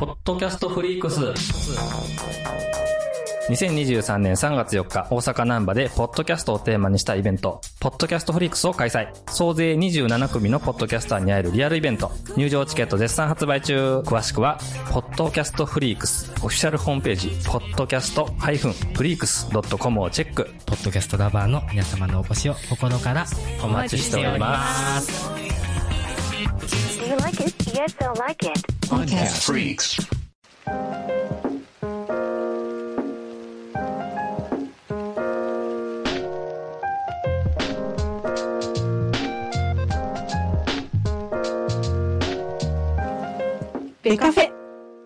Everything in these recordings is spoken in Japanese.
ポッドキャストフリークス。2023年3月4日、大阪難波でポッドキャストをテーマにしたイベント、ポッドキャストフリークスを開催。総勢27組のポッドキャスターに会えるリアルイベント。入場チケット絶賛発売中。詳しくは、ポッドキャストフリークスオフィシャルホームページ、podcast-freaks.com をチェック。 ポッドキャストラバーの皆様のお越しを心からお待ちしております。 Do you like it? Yes, I like it. Podcast Freaks. ベカフェ。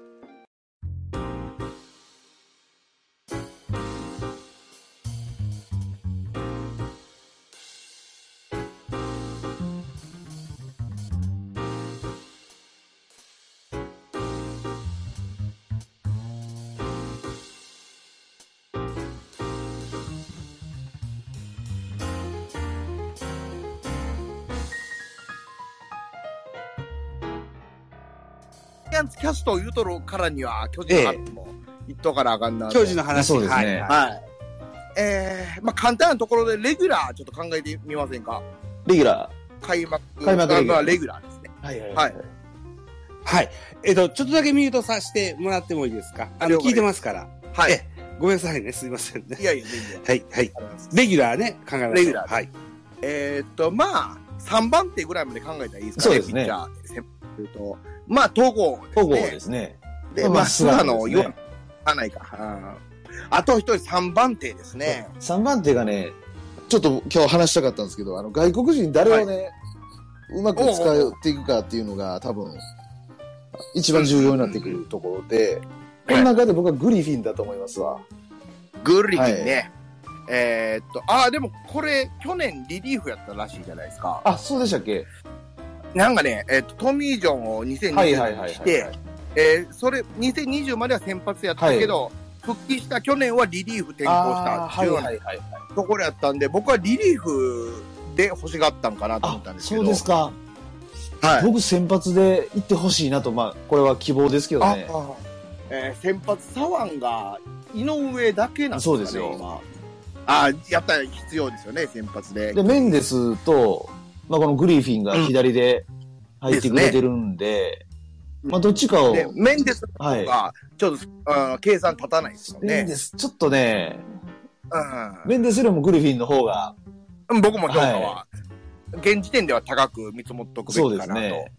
キャストを言うとるからには、巨人の話も言っとかなあかんな。 巨人の話。 そうですね。 はい。まあ、簡単なところで、レギュラーちょっと考えてみませんか？ レギュラ開幕レギュラー。 レギュラーですね。 はいはいはい。 はい。ちょっとだけミュートさせてもらってもいいですか？聞いてますから。 はい。 ごめんなさいね。すいませんね。 いやいや、 はい、はい。レギュラーね、考えましょう。 レギュラー。 はい。 まあ、3番手ぐらいまで考えたらいいですかね。 そうですね。 ピッチャーで先発すると。まあ、東郷ですね。 で、まあ、菅野を言わないか。あと一人3番手ですね。 3番手がね、ちょっと今日話したかったんですけど、外国人誰をね、うまく使っていくかっていうのが多分、一番重要になってくるところで、この中で僕はグリフィンだと思いますわ。 グリフィンね。でもこれ、去年リリーフやったらしいじゃないですか。 あ、そうでしたっけ？ なんかね、トミー・ジョンを2020年にして、それ、2020までは先発やったけど、復帰した去年はリリーフ転向したっていうようなところやったんで、僕はリリーフで欲しがったんかなと思ったんですけど。 そうですか。はい。僕先発で行ってほしいなと、まあ、これは希望ですけどね。 先発左腕が井上だけなんですかね。 そうですよ。 今やったら必要ですよね、先発で。 で、メンデスと、まあ、このグリフィンが左で入ってくれてるんで、まあ、どっちかを。 で、メンデスは、ちょっと、計算立たないですよね。 メンデス、ちょっとね、メンデスよりもグリフィンの方が。 僕も評価は、現時点では高く見積もっとくべきかなと。そうですね。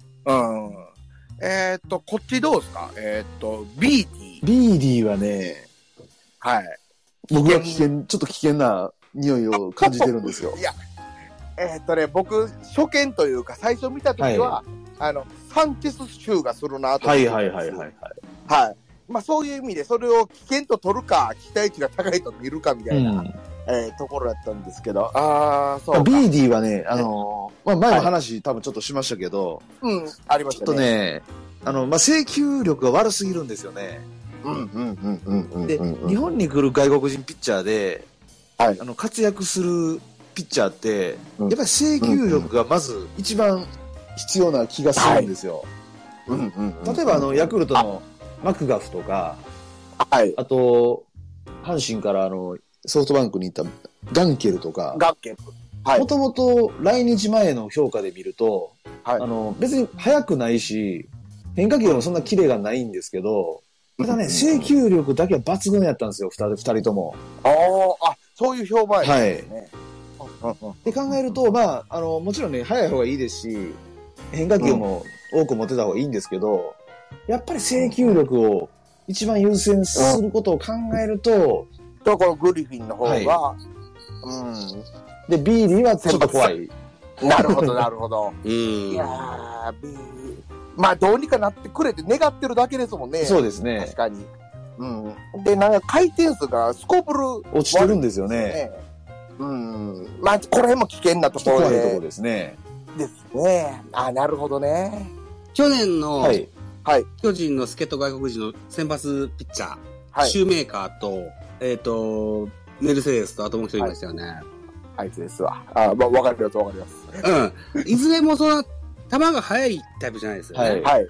こっちどうですか？ビーディ。 ビーディはね、 はい。 僕はちょっと危険な匂いを感じてるんですよ。 いや、僕、初見というか、最初見たときは、サンチェス州がするなと思って。はい。まあ、そういう意味で、それを危険と取るか、期待値が高いと見るかみたいな、ところだったんですけど。そう。 ビーディはね、まあ、前も話、多分ちょっとしましたけど、 ありましたね。 ちょっとね、まあ、制球力が悪すぎるんですよね。で、日本に来る外国人ピッチャーで、活躍するピッチャーって、やっぱり制球力がまず一番必要な気がするんですよ。例えばヤクルトのマクガフとか、あと、阪神からソフトバンクに行ったガンケルとか、もともと来日前の評価で見ると、別に速くないし、変化球もそんなキレがないんですけど、ただね、制球力だけは抜群やったんですよ、二人とも。 そういう評判ですね。 って考えると、まあ、もちろんね、速い方がいいですし、変化球も多く持ってた方がいいんですけど、やっぱり制球力を一番優先することを考えると、 このグリフィンの方が、 で、ビーディはちょっと怖い。 なるほど、なるほど。いやー、ビーディ。まあ、どうにかなってくれって願ってるだけですもんね。 そうですね。 確かに。で、なんか回転数がすこぶる落ちてるんですよね。 まあ、この辺も危険なところで。 怖いところですね。 ですね。なるほどね。 去年の、巨人の助っ人外国人の先発ピッチャー、シューメーカーと、メルセデスとあともう一人いましたよね。 あいつですわ。わかります。 いずれもその、球が速いタイプじゃないですよね。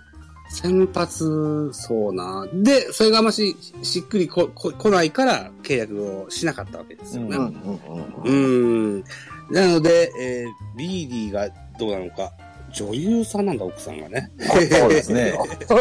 先発、そうな。で、それがあんましっくり来ないから契約をしなかったわけですよね。なので、ビーディがどうなのか。女優さんなんだ、奥さんがね。 そうですね。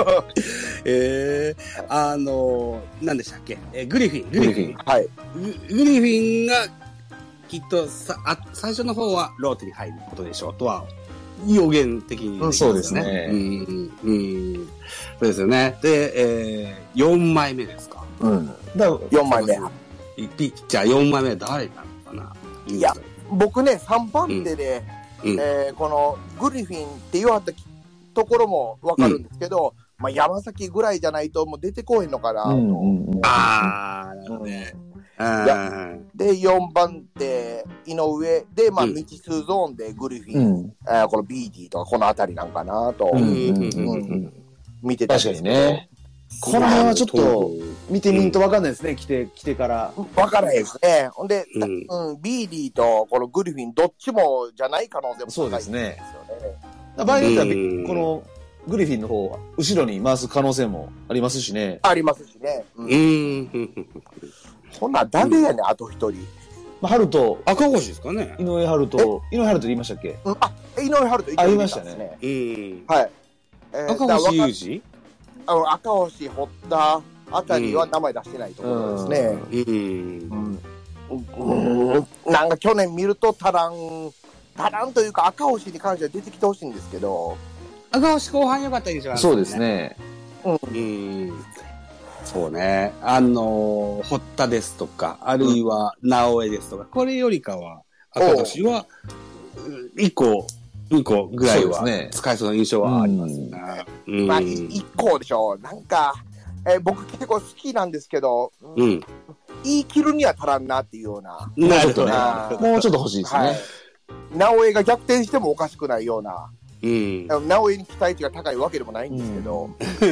何でしたっけ、グリフィン。 はい。 グリフィンが、きっと最初の方はローテに入ることでしょうとは、予言的に、ね。 そうですね。 そうですよね。で、4枚目ですか。 4枚目。 ピッチャー4枚目は誰なのかな。 いや、僕ね、3番手で、このグリフィンって言わはったところもわかるんですけど、まあ山崎ぐらいじゃないともう出てこへんのかなと。 なるほどね。 で、4番手、井上で、まあ未知数ゾーンでグリフィン、このビーディとかこのあたりなんかなと、見てたんですけど。 確かにね。この辺はちょっと見てみんとわかんないですね、来てから。 わからないですね。ほんで、ビーディとこのグリフィンどっちもじゃない可能性も高いですよね。そうですね。 場合によっては、このグリフィンの方は後ろに回す可能性もありますしね。 ありますしね。そんな誰やねん、あと一人。 春と、 赤星ですかね。 井上春と言いましたっけ？ 井上春と言いましたね。 はい。 赤星裕二？ 赤星、堀田あたりは名前出してないところですね。なんか去年見ると足らんというか赤星に関しては出てきてほしいんですけど。 赤星後半良かった印象あるんですね。 そうですね。 そうね。堀田ですとか、あるいは直江ですとか、これよりかは赤星は1個ぐらいは使えそうな印象はありますね。 まあ、1個でしょ。なんか、僕結構好きなんですけど、言い切るには足らんなっていうような。 なるほどね。 もうちょっと欲しいですね。 直江が逆転してもおかしくないような。直江に期待値が高いわけでもないんですけど。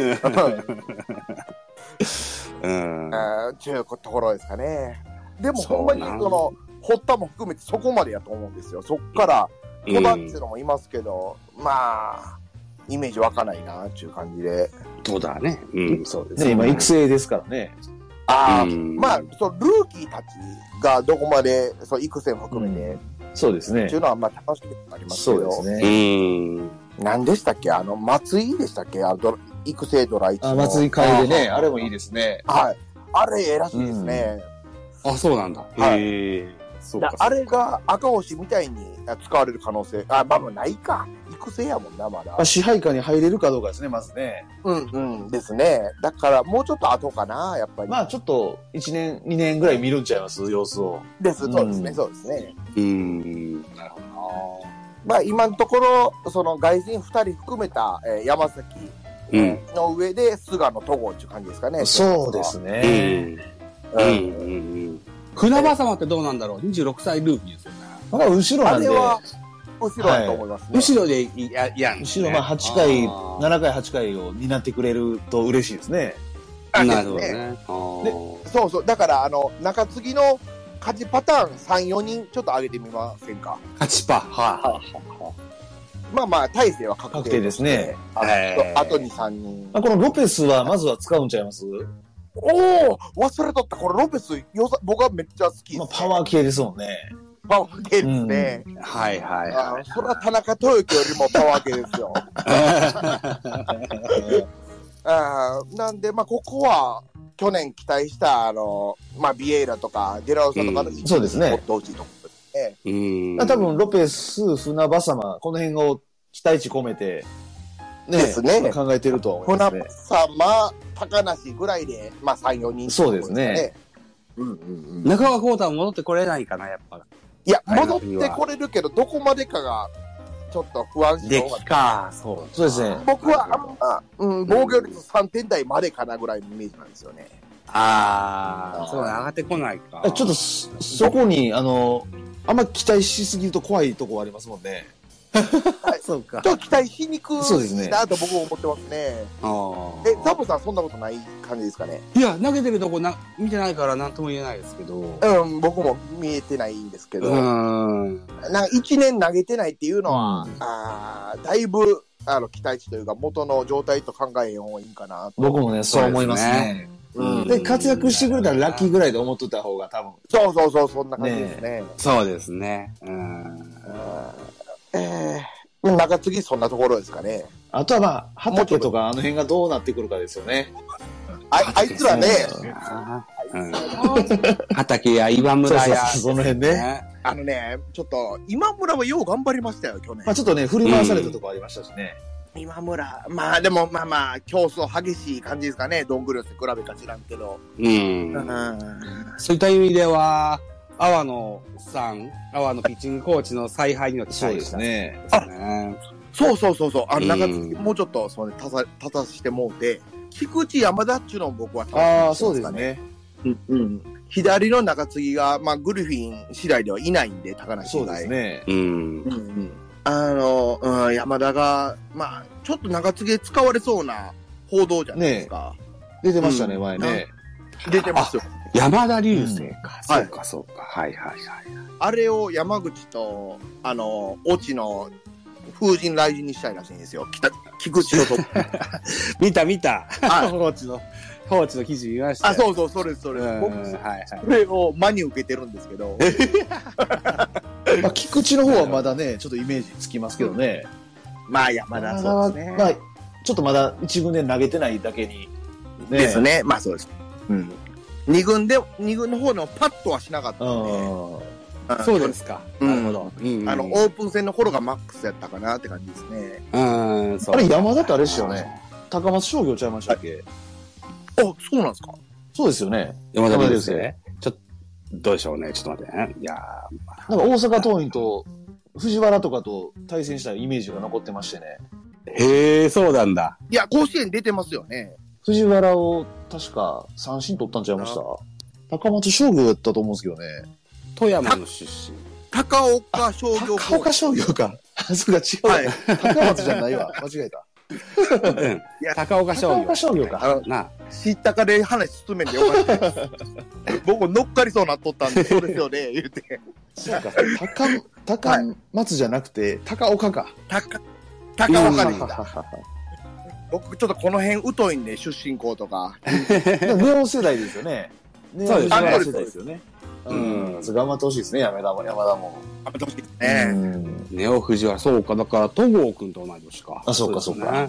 というところですかね。でもほんまに堀田も含めてそこまでやと思うんですよ。そっから戸田っていうのもいますけど、まあイメージ湧かないなっていう感じで。 戸田ね。そうですね。今育成ですからね。 まあルーキーたちがどこまで育成も含めて、 そうですね。 っていうのはまあ楽しみになりますけど。 そうですね。 何でしたっけ、松井でしたっけ、育成ドラ1の。 松井会でね、あれもいいですね。 はい。あれ、らしいですね。 そうなんだ。 そうか。あれが赤星みたいに使われる可能性、まあないか。育成やもんな、まだ。 支配下に入れるかどうかですね、まずね。 ですね。だから、もうちょっと後かな、やっぱり。 まあ、ちょっと、1年、2年ぐらい見るんちゃいます、様子を。 そうですね、そうですね。 なるほどな。 まあ、今のところ、外人2人含めた、山崎の上で、菅野戸郷っていう感じですかね。 そうですね。 船場様ってどうなんだろう ?26 歳ルーキーですよね。 まあ、後ろなんで。 あれは、後ろだと思いますね。 後ろで後ろ、8回、7回、8回を担ってくれると嬉しいですね。 なるほどね。 そうそう。だから、中継ぎの勝ちパターン3、4人ちょっと上げてみませんか。 勝ちパ。 まあまあ、大勢は確定ですね。 あと2、3人。 このロペスはまずは使うんちゃいます？ 忘れとった。これロペス、僕はめっちゃ好きです、ね。 パワー系ですもんね。 パワー系ですね。 はい。 それは田中豊樹よりもパワー系ですよ。なんで、まあ、ここは、去年期待した、まあ、ビエイラとか、デラオサとかのそうですね。 持ってほしいところですね。多分、ロペス、船場様、この辺を期待値込めて、 ですね。 考えてると思いますね。 船場様、高梨ぐらいで、まあ、3、4人、 そうですね。 中川幸太も戻ってこれないかな、やっぱ。 いや、戻ってこれるけど、どこまでかが、ちょっと不安視できか、 そうですね。 僕は防御率3点台までかなぐらいのイメージなんですよね。 そうね、上がってこないか。 ちょっと、そこに、あんま期待しすぎると怖いとこありますもんね。 そうか。 ちょっと期待しにくいなと僕は思ってますね。ザボさんそんなことない感じですかね。 いや、投げてるとこ見てないから何とも言えないですけど。 僕も見えてないんですけど。1年投げてないっていうのは、だいぶ期待値というか、元の状態と考えん方がいいかなと。 僕もね、そう思いますね。で、活躍してくれたらラッキーぐらいで思っとった方が多分。 そう、そんな感じですね。 そうですね。 中継ぎそんなところですかね。 あとはまあ、畑とかあの辺がどうなってくるかですよね。 あいつらね、 畑や岩村や。 その辺ね。 ちょっと、今村はよう頑張りましたよ、去年。 まあちょっとね、振り回されたとこありましたしね。 今村、まあでも、まあ、競争激しい感じですかね、ドングリオスに比べか知らんけど。 そういった意味では、阿野ピッチングコーチの采配によってそうですね。 そう。中継ぎもうちょっと、立たしてもうて、菊池山田っちゅうのも僕はそうですね。 左の中継ぎが、まあ、グリフィン次第ではいないんで、高梨以外。 そうですね。 山田が、まあ、ちょっと中継ぎ使われそうな報道じゃないですか。 出てましたね、前ね。 出てますよ。 山田流星か。そうか。はい。 あれを山口と、越智の風神雷神にしたいらしいんですよ。菊池のと。 見た。放置の記事見ました。 そう、それ。僕、それを真に受けてるんですけど。 まあ、菊池の方はまだね、ちょっとイメージつきますけどね。 まあ、山田そうですね。 まあ、ちょっとまだ一軍で投げてないだけに。 ですね。まあ、そうです。二軍の方のパッとはしなかったんで。そうですか。なるほど。 オープン戦の頃がマックスやったかなって感じですね。 あれ、山田ってあれですよね。高松商業ちゃいましたっけ？ そうなんですか？ そうですよね。 山田ですね。どうでしょうね。ちょっと待ってね。いやなんか大阪桐蔭と藤原とかと対戦したイメージが残ってましてね。 へえ、そうなんだ。 いや、甲子園出てますよね。 藤原を確か三振取ったんちゃいました？高松商業やったと思うんですけどね。 富山の出身。 高岡商業。 高岡商業か。そうか、違う。高松じゃないわ。間違えた。 高岡商業。 高岡商業か。 知ったかで話進めんでよかったです。僕乗っかりそうなっとったんで、そうですよね、言うて。 そうか、高松じゃなくて、高岡か。 高岡でした。僕ちょっとこの辺疎いんで、出身校とか。 ネオ世代ですよね。 そうですね。 世代ですよね。頑張ってほしいですね、山田も。 頑張ってほしいですね。 ネオ藤原、そうか、だから、戸郷君と同い年か。 そうか。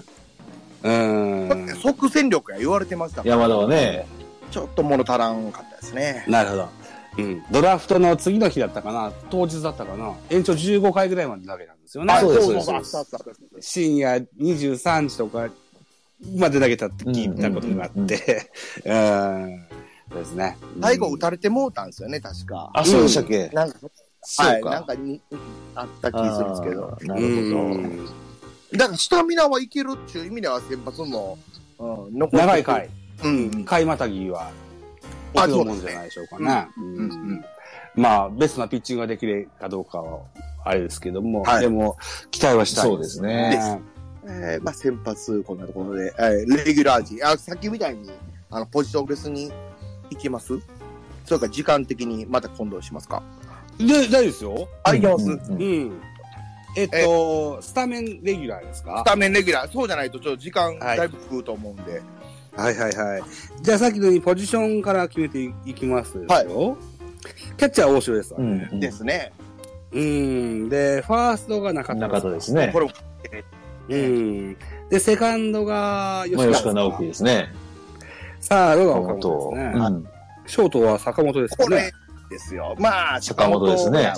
即戦力や言われてました山田はね。 ちょっと物足らんかったですね。 なるほど。ドラフトの次の日だったかな、当日だったかな、延長15回ぐらいまで投げたんですよね。 そうです。 深夜23時とかまで投げたって聞いたことがあって、そうですね。 最後打たれてもうたんですよね、確か。 そうでしたっけ？ なんか、なんかにあった気するんですけど。 なるほど。だからスタミナはいけるっていう意味では先発も、 長い回。回またぎは、そういうもんじゃないでしょうかね。まあ、ベストなピッチングができるかどうかは、あれですけども、でも、期待はしたいですね。 まあ、先発、こんなところで、レギュラー陣、さっきみたいに、ポジション別に行きます？それか時間的にまた今度しますか？ 大丈夫ですよ。 いけます。 スタメンレギュラーですか？ スタメンレギュラー。そうじゃないと、ちょっと時間だいぶ食うと思うんで。 はい。じゃあさっきのようにポジションから決めていきますよ。キャッチャー大城ですわね。 ですね。 で、ファーストが中田ですね。 これで、セカンドが吉川直樹ですね。 サードが岡本ですね。ショートは坂本ですね。 これですよ。まあ、 坂本ですね。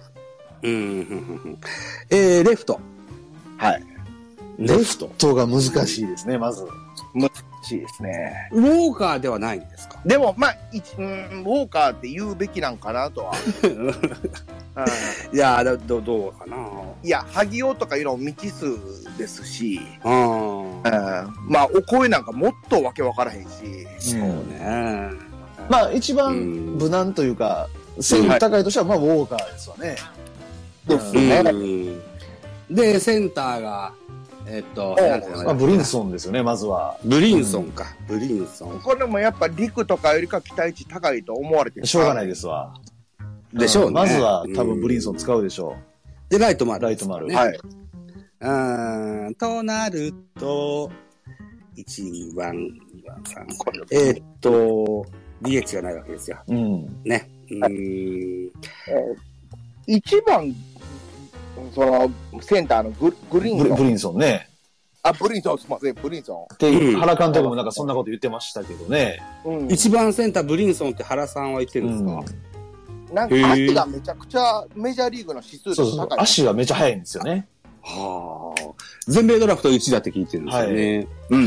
レフト。 レフトが難しいですね、まず。 難しいですね。 ウォーカーではないんですか？ でも、まあ、ウォーカーって言うべきなんかなとは。 いや、どうかな。 いや、萩尾とかいうのも未知数ですし、まあ、お声なんかもっとわけわからへんし。 そうね。 まあ、一番無難というか、精力高いとしては、まあ、ウォーカーですわね。 ですね。 で、センターが、 ブリンソンですよね、まずは。 ブリンソンか。ブリンソン。 これもやっぱ陸とかよりか期待値高いと思われてる。 しょうがないですわ。 でしょうね。 まずは多分ブリンソン使うでしょう。で、ライト丸。 はい。 となると、1番、2番、DH がないわけですよ。ね。 1番、センターのグリーンソンね。ブリンソン、すみません、ブリンソン。 って原監督もなんかそんなこと言ってましたけどね。 1番センターブリンソンって原さんは言ってるんですか？ なんか足がめちゃくちゃメジャーリーグの指数が高い。足がめちゃ速いんですよね。 はあ。全米ドラフト1だって聞いてるんですよね。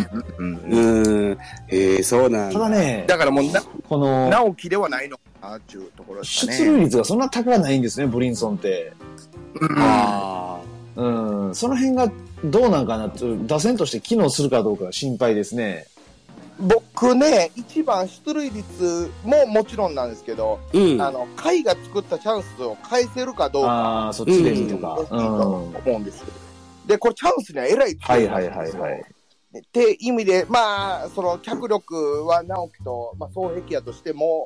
そうなんだ。 ただね、 だからもうこの直樹ではないのかなっていうところですね。 出塁率がそんな高くないんですね、ブリンソンって。その辺がどうなんかなと、打線として機能するかどうかが心配ですね。 僕ね、一番出塁率ももちろんなんですけど、甲斐が作ったチャンスを返せるかどうか。 そっちでいいとか。 思うんですよ。で、これチャンスにはえらい強いんですよ。って意味で、まあ、その脚力は直樹と、まあ、双璧やとしても、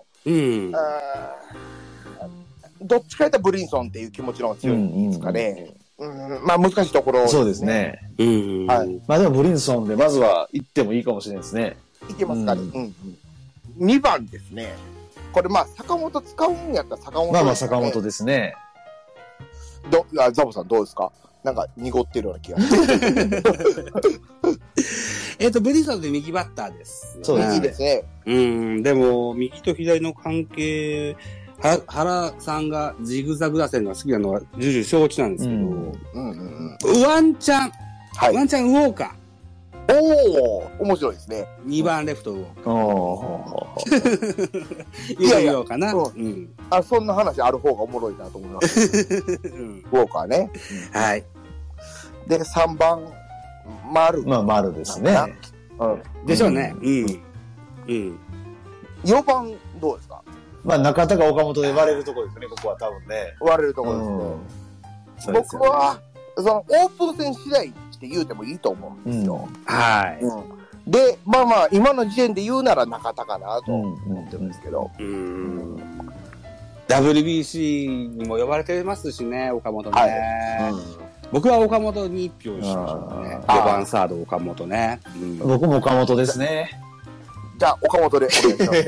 どっちかやったらブリンソンっていう気持ちの方が強いんですかね。まあ難しいところ、 そうですね。まあでもブリンソンでまずは行ってもいいかもしれないですね。 いけますかね。2番ですね。これまあ坂本使うんやったら坂本ですね。 まあ坂本ですね。 ザボさんどうですか？なんか濁ってるような気が。 ブリンソンで右バッターです。 そうですね。 いいですね。 でも右と左の関係、原さんがジグザグ打線が好きなのは重々承知なんですけど、ワンチャンウォーカー。 面白いですね。 2番レフトウォーカー。いやいやかな。 そんな話ある方がおもろいなと思います。ウォーカーね。 はい。 で、3番、丸。 まあ、丸ですね。 でしょうね。 4番、どうですか？ まあ、中田が岡本で割れるところですね、ここは多分ね。 割れるところですね。僕は、オープン戦次第って言うてもいいと思うんですよ。 はい。 で、まあまあ、今の時点で言うなら中田かなと思ってるんですけど。 WBC にも呼ばれてますしね、岡本ね。僕は岡本に1票しましたね。4番サード岡本ね。 僕も岡本ですね。 じゃあ、岡本でお願いします。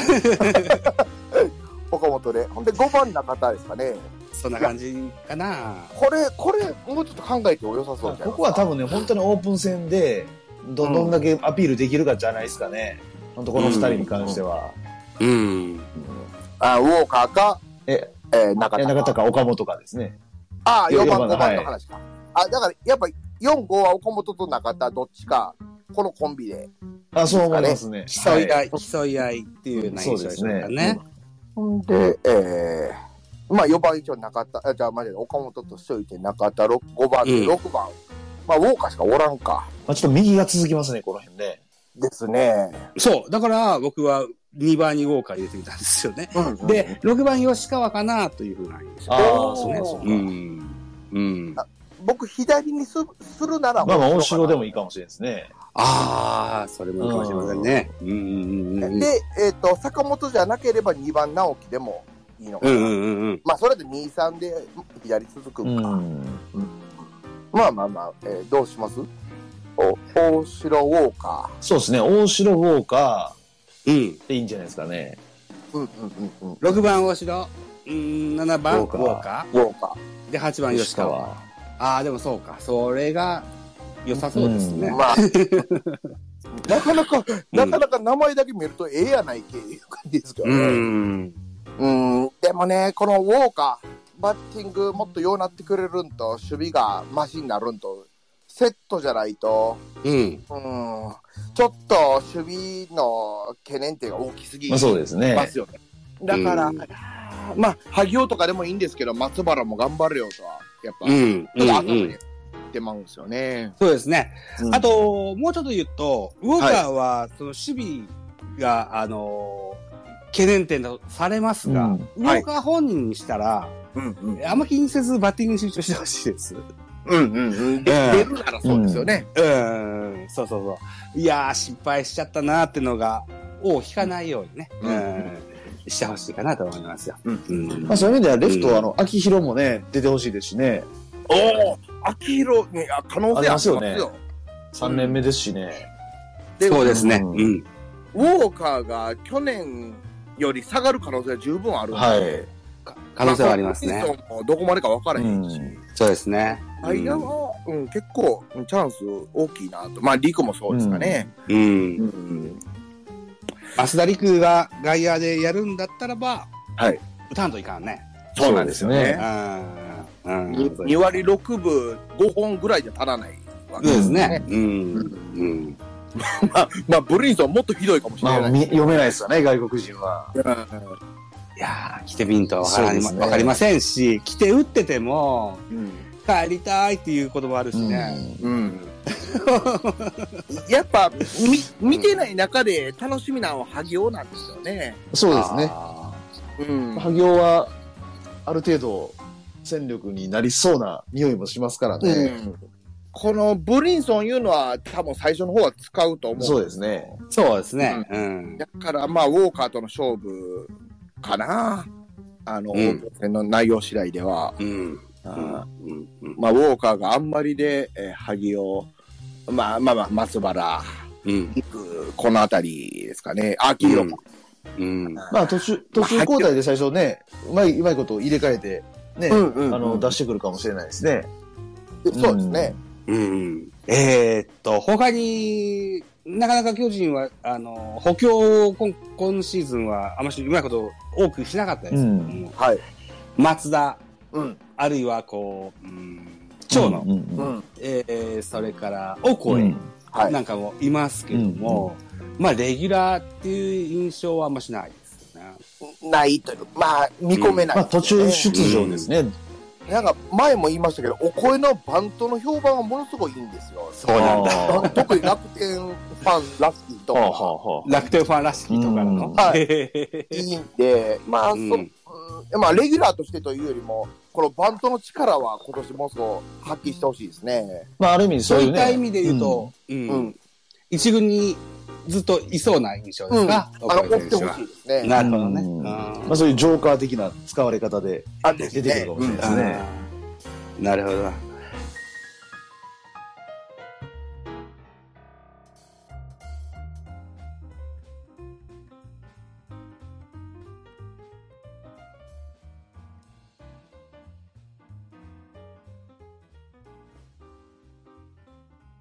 岡本で。ほんで、5番中田ですかね。 そんな感じかな。 これ、もうちょっと考えても良さそうじゃないですか。 ここは多分ね、本当にオープン戦で、どんだけアピールできるかじゃないですかね。本当この2人に関しては。 ウォーカーか、中田か岡本かですね。 4番、5番の話か。だから、やっぱ4、5は岡本と中田、どっちか、このコンビで。 そう思いますね。 競い合いっていう内容ですね。 ほんで、まあ4番一応中田、じゃあマジで岡本としといて中田5番で6番。まあウォーカーしかおらんか。 まあちょっと右が続きますね、この辺ね。 ですね。 そう。だから僕は2番にウォーカー入れてみたんですよね。で、6番吉川かなというふうな印象ですね。僕左にするならまあ大城でもいいかもしれないですね。 それもいいかもしれませんね。 で、坂本じゃなければ2番直樹でもいいのかな。まあ、それで2、3で左続くか。まあ、どうします？大城ウォーカー。 そうですね、大城ウォーカーでいいんじゃないですかね。 6番大城、7番ウォーカー。 で、8番吉川。でもそうか。それが良さそうですね。 まあ、なかなか名前だけ見るとええやないけいう感じですけどね。でもね、このウォーカー、バッティングもっとようなってくれるんと、守備がマシになるんと、セットじゃないと、ちょっと守備の懸念点が大きすぎますよね。だから、まあ、萩尾とかでもいいんですけど、松原も頑張るよとは、やっぱ、ちょっと頭にってまうんですよね。 そうですね。あと、もうちょっと言うと、ウォーカーは、その守備が、懸念点とされますが、ウォーカー本人にしたら、あんま気にせずバッティングに集中してほしいです。 出るならそうですよね。 そう。いやー、失敗しちゃったなーってのが、引かないようにね。してほしいかなと思いますよ。 まあそういう意味ではレフト秋広もね出てほしいですしね。 秋広に可能性ありますよ。 3年目ですしね。 そうですね。うん。 ウォーカーが去年より下がる可能性は十分あるんで。 はい。可能性はありますね。 どこまでか分からへんし。 そうですね。 外野は、結構チャンス大きいなと。まあ、陸もそうですかね。 増田陸が外野でやるんだったらば、 はい。 打たんといかんね。 そうなんですよね。2割6分5本ぐらいじゃ足らないわけですね。まあ、ブリンソンもっとひどいかもしれない。 読めないですよね、外国人は。 いやー、来てみんとわかりませんし、来て打ってても、帰りたいっていうこともあるしね。 やっぱ、見てない中で楽しみなのは萩尾なんですよね。 そうですね。萩尾は、ある程度、戦力になりそうな匂いもしますからね。 このブリンソンいうのは多分最初の方は使うと思う。 そうですね。 そうですね。 だからまあ、ウォーカーとの勝負かな。オープン戦の内容次第では。まあ、ウォーカーがあんまりで、萩尾、まあ、松原、このあたりですかね。秋広も。 まあ、途中交代で最初ね、うまいこと入れ替えて、ね、出してくるかもしれないですね。 そうですね。 他に、なかなか巨人は、補強を今シーズンはあまりうまいこと多くしなかったですけども、松田、あるいは長野、それからオコエなんかもいますけども、まあ、レギュラーっていう印象はあんましないですよね。 ないという、まあ、見込めない、 まあ、途中出場ですね。 なんか、前も言いましたけど、お声のバントの評判はものすごいいいんですよ。 そうなんだ。 特に楽天ファンらしきとか。 楽天ファンらしきとかの。 はい。いいんで、まあ、まあ、レギュラーとしてというよりも、このバントの力は今年もそう発揮してほしいですね。 まあ、ある意味そういった意味で言うと、一軍にずっといそうな印象ですか？ 追ってほしいですね。 なるほどね。 まあそういうジョーカー的な使われ方で出てくるかもしれないですね。 なるほど。